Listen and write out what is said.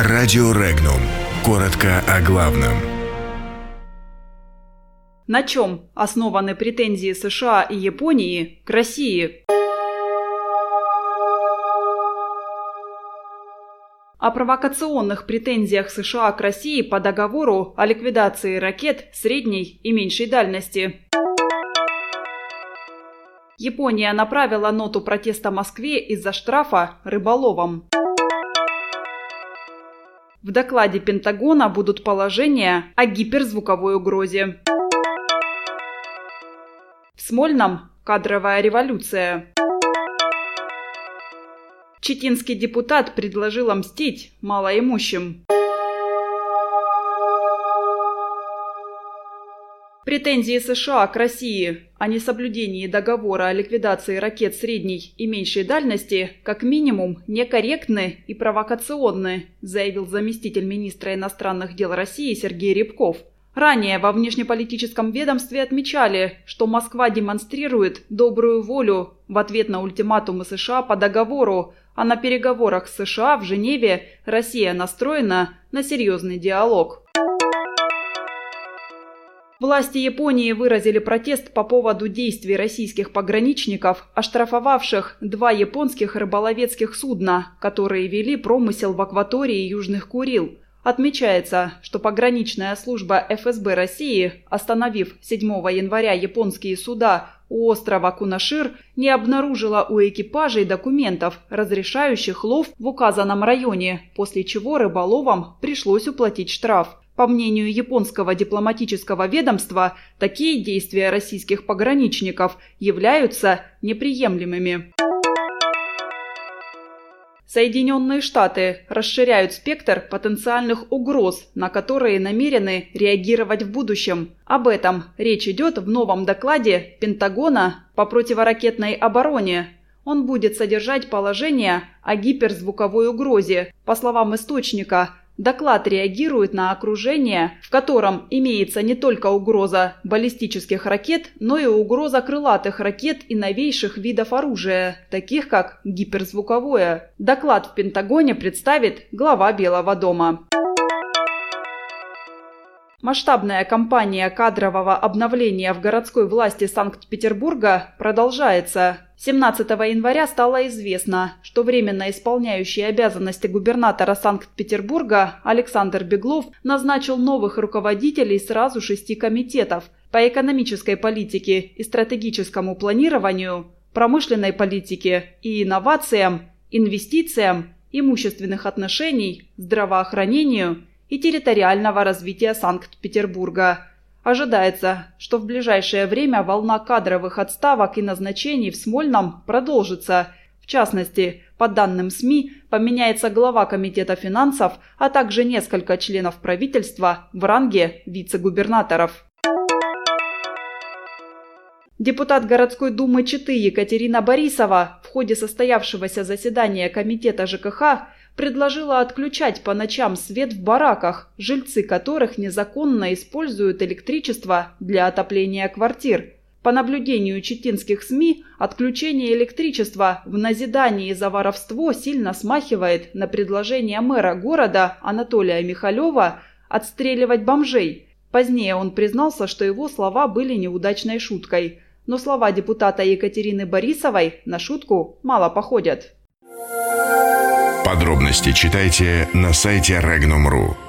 Радио Регнум. Коротко о главном. На чем основаны претензии США и Японии к России? О провокационных претензиях США к России по договору о ликвидации ракет средней и меньшей дальности. Япония направила ноту протеста Москве из-за штрафа рыболовам. В докладе Пентагона будут положения о гиперзвуковой угрозе. В Смольном – кадровая революция. Читинский депутат предложил мстить малоимущим. Претензии США к России о несоблюдении договора о ликвидации ракет средней и меньшей дальности как минимум некорректны и провокационны, заявил заместитель министра иностранных дел России Сергей Рябков. Ранее во внешнеполитическом ведомстве отмечали, что Москва демонстрирует добрую волю в ответ на ультиматумы США по договору, а на переговорах с США в Женеве Россия настроена на серьезный диалог. Власти Японии выразили протест по поводу действий российских пограничников, оштрафовавших 2 японских рыболовецких судна, которые вели промысел в акватории Южных Курил. Отмечается, что пограничная служба ФСБ России, остановив 7 января японские суда у острова Кунашир, не обнаружила у экипажей документов, разрешающих лов в указанном районе, после чего рыболовам пришлось уплатить штраф. По мнению японского дипломатического ведомства, такие действия российских пограничников являются неприемлемыми. Соединенные Штаты расширяют спектр потенциальных угроз, на которые намерены реагировать в будущем. Об этом речь идет в новом докладе Пентагона по противоракетной обороне. Он будет содержать положения о гиперзвуковой угрозе. По словам источника, доклад реагирует на окружение, в котором имеется не только угроза баллистических ракет, но и угроза крылатых ракет и новейших видов оружия, таких как гиперзвуковое. Доклад в Пентагоне представит глава Белого дома. Масштабная кампания кадрового обновления в городской власти Санкт-Петербурга продолжается. 17 января стало известно, что временно исполняющий обязанности губернатора Санкт-Петербурга Александр Беглов назначил новых руководителей сразу 6 комитетов по экономической политике и стратегическому планированию, промышленной политике и инновациям, инвестициям, имущественных отношений, здравоохранению и территориального развития Санкт-Петербурга. Ожидается, что в ближайшее время волна кадровых отставок и назначений в Смольном продолжится. В частности, по данным СМИ, поменяется глава комитета финансов, а также несколько членов правительства в ранге вице-губернаторов. Депутат городской думы Читы Екатерина Борисова в ходе состоявшегося заседания комитета ЖКХ предложила отключать по ночам свет в бараках, жильцы которых незаконно используют электричество для отопления квартир. По наблюдению читинских СМИ, отключение электричества в назидании за воровство сильно смахивает на предложение мэра города Анатолия Михалева отстреливать бомжей. Позднее он признался, что его слова были неудачной шуткой. Но слова депутата Екатерины Борисовой на шутку мало походят. Подробности читайте на сайте Regnum.ru.